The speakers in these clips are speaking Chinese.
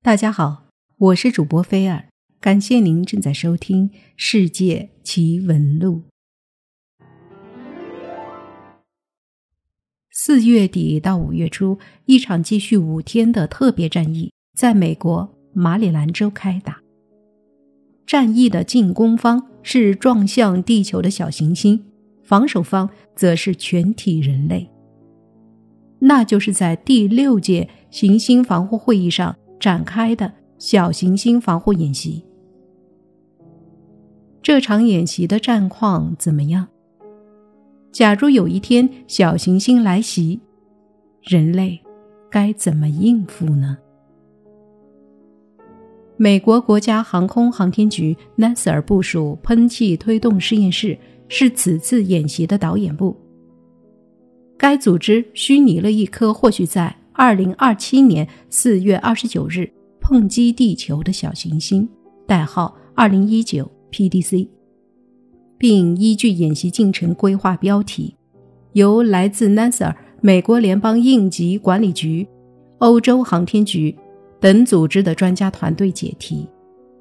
大家好，我是主播菲尔，感谢您正在收听《世界奇闻录》。4月底到5月初，一场继续5天的特别战役在美国马里兰州开打。战役的进攻方是撞向地球的小行星，防守方则是全体人类。那就是在第6届行星防护会议上展开的小行星防护演习。这场演习的战况怎么样？假如有一天小行星来袭，人类该怎么应付呢？美国国家航空航天局 NASA 部署喷气推动实验室是此次演习的导演部。该组织虚拟了一颗或许在2027年4月29日碰击地球的小行星，代号2019 PDC， 并依据演习进程规划标题，由来自 NASA、 美国联邦应急管理局、欧洲航天局等组织的专家团队解题。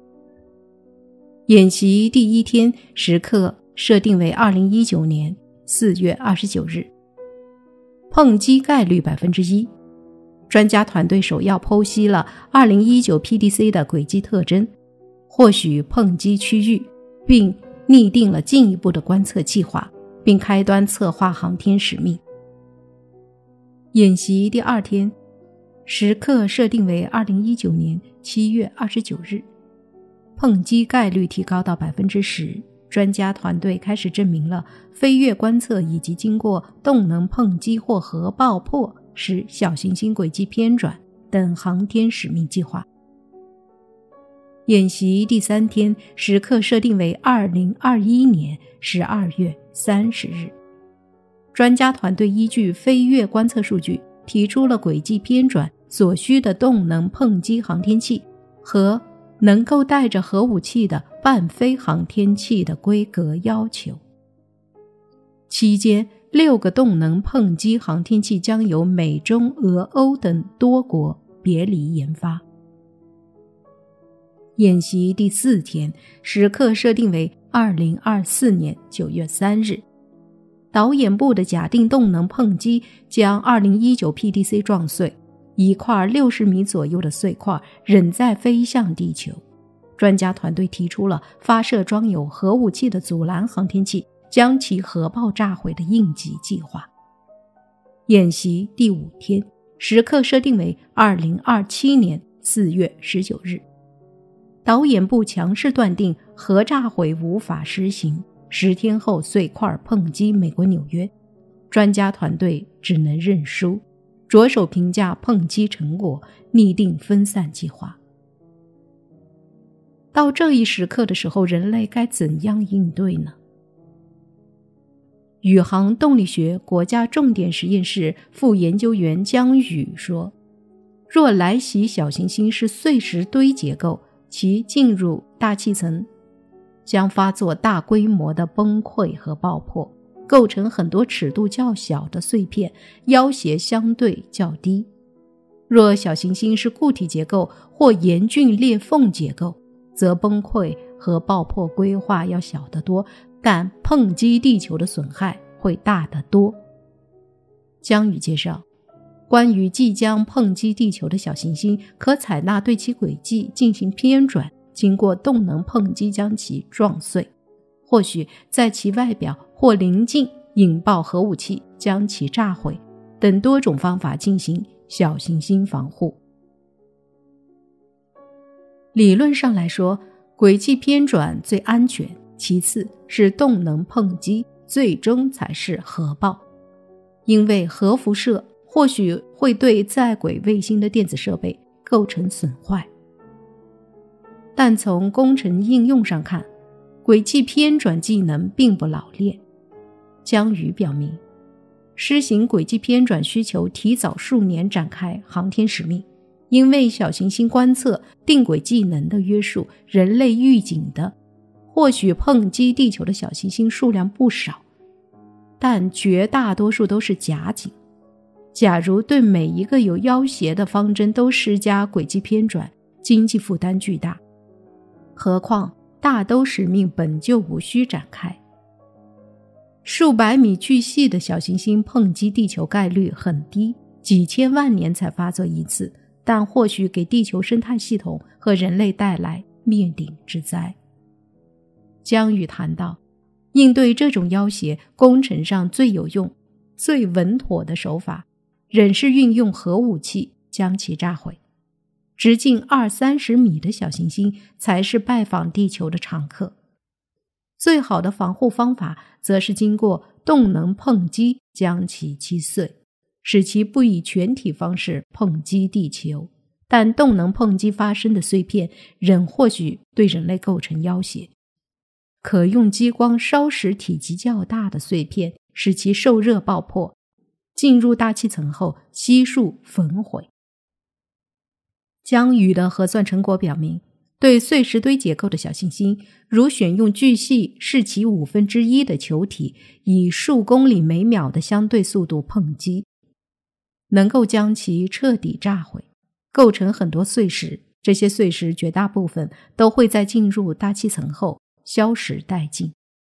演习第1天时刻设定为2019年4月29日，碰击概率 1%。 专家团队首要剖析了2019 PDC 的轨迹特征，获许碰击区域，并拟定了进一步的观测计划，并开端策划航天使命。演习第2天时刻设定为2019年7月29日，碰击概率提高到 10%。 专家团队开始证明了飞跃观测以及经过动能碰击或核爆破使小行星轨迹偏转等航天使命计划。演习第3天时刻设定为2021年12月30日。专家团队依据飞跃观测数据，提出了轨迹偏转所需的动能碰击航天器和能够带着核武器的半飞航天器的规格要求。期间6个动能碰击航天器将由美、中、俄、欧等多国别离研发。演习第4天时刻设定为2024年9月3日。导演部的假定动能碰击将2019 PDC 撞碎，一块60米左右的碎块仍在飞向地球。专家团队提出了发射装有核武器的阻拦航天器，将其核爆炸毁的应急计划。演习第5天时刻设定为2027年4月19日。导演部强势断定核炸毁无法实行，10天后碎块碰击美国纽约。专家团队只能认输，着手评价碰击成果，拟定分散计划。到这一时刻的时候，人类该怎样应对呢？宇航动力学国家重点实验室副研究员姜宇说，若来袭小行星是碎石堆结构，其进入大气层将发作大规模的崩溃和爆破，构成很多尺度较小的碎片，要挟相对较低。若小行星是固体结构或严峻裂缝结构，则崩溃和爆破规划要小得多，但碰击地球的损害会大得多。姜宇介绍，关于即将碰击地球的小行星，可采纳对其轨迹进行偏转，经过动能碰击将其撞碎，或许在其外表或临近引爆核武器将其炸毁等多种方法进行小行星防护。理论上来说，轨迹偏转最安全，其次是动能碰击，最终才是核爆。因为核辐射或许会对在轨卫星的电子设备构成损坏。但从工程应用上看，轨迹偏转技能并不老练。姜宇表明，施行轨迹偏转需求提早数年展开航天使命。因为小行星观测定轨技能的约束，人类预警的或许碰击地球的小行星数量不少，但绝大多数都是假警。假如对每一个有要挟的方针都施加轨迹偏转， 经济负担巨大。何况大兜使命本就无需展开。数百米巨细的小行星碰击地球概率很低，几千万年才发作一次，但或许给地球生态系统和人类带来灭顶之灾。江宇谈到，应对这种要挟，工程上最有用、最稳妥的手法，仍是运用核武器将其炸毁。直径20-30米的小行星才是拜访地球的常客。最好的防护方法则是经过动能碰击将其击碎，使其不以全体方式碰击地球，但动能碰击发生的碎片仍或许对人类构成要挟。可用激光烧蚀体积较大的碎片，使其受热爆破，进入大气层后悉数焚毁。江宇的核算成果表明，对碎石堆结构的小行星，如选用巨细视其1/5的球体，以数公里每秒的相对速度碰击，能够将其彻底炸毁，构成很多碎石。这些碎石绝大部分都会在进入大气层后消失殆尽。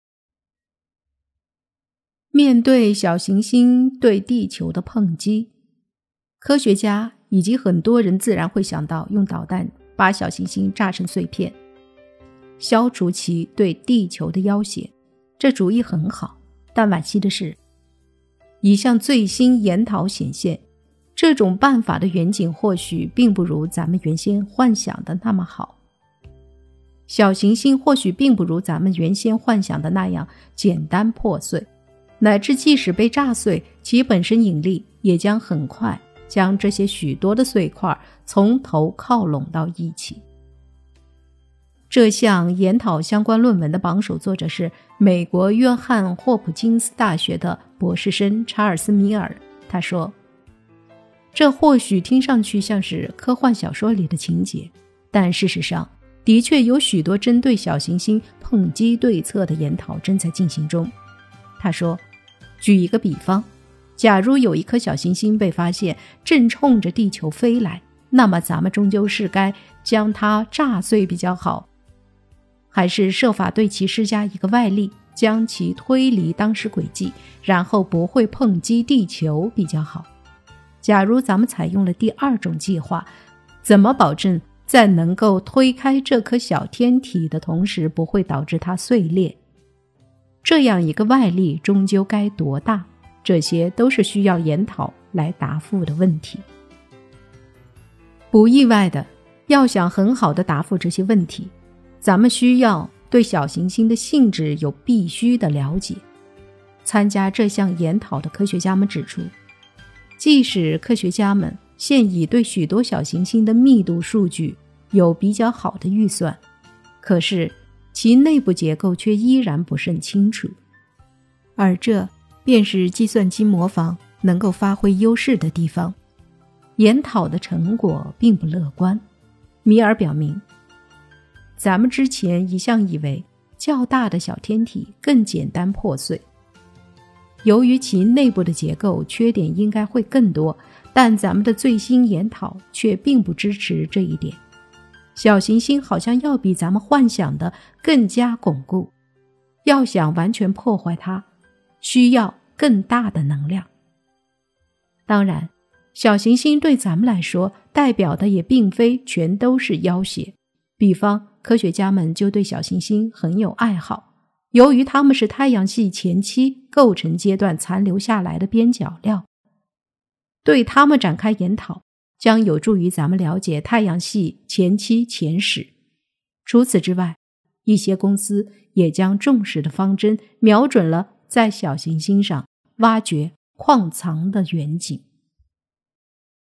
面对小行星对地球的碰击，科学家以及很多人自然会想到用导弹把小行星炸成碎片，消除其对地球的要挟。这主意很好，但惋惜的是，一项最新研讨显现，这种办法的远景或许并不如咱们原先幻想的那么好。小行星或许并不如咱们原先幻想的那样简单破碎，乃至即使被炸碎，其本身引力也将很快将这些许多的碎块从头靠拢到一起。这项研讨相关论文的榜首作者是美国约翰霍普金斯大学的博士生查尔斯·米尔。他说，这或许听上去像是科幻小说里的情节，但事实上的确有许多针对小行星碰击对策的研讨正在进行中。他说，举一个比方，假如有一颗小行星被发现正冲着地球飞来，那么咱们终究是该将它炸碎比较好，还是设法对其施加一个外力，将其推离当时轨迹，然后不会碰击地球比较好？假如咱们采用了第二种计划，怎么保证在能够推开这颗小天体的同时不会导致它碎裂？这样一个外力终究该多大？这些都是需要研讨来答复的问题。不意外的，要想很好的答复这些问题，咱们需要对小行星的性质有必须的了解。参加这项研讨的科学家们指出，即使科学家们现已对许多小行星的密度数据有比较好的预算，可是其内部结构却依然不甚清楚，而这便是计算机模仿能够发挥优势的地方。研讨的成果并不乐观。米尔表明，咱们之前一向以为较大的小天体更简单破碎，由于其内部的结构缺点应该会更多，但咱们的最新研讨却并不支持这一点。小行星好像要比咱们幻想的更加巩固，要想完全破坏它，需要更大的能量。当然，小行星对咱们来说代表的也并非全都是要挟。比方，科学家们就对小行星很有爱好，由于它们是太阳系前期构成阶段残留下来的边角料，对它们展开研讨将有助于咱们了解太阳系前期前史。除此之外，一些公司也将重视的方针瞄准了在小行星上挖掘矿藏的远景。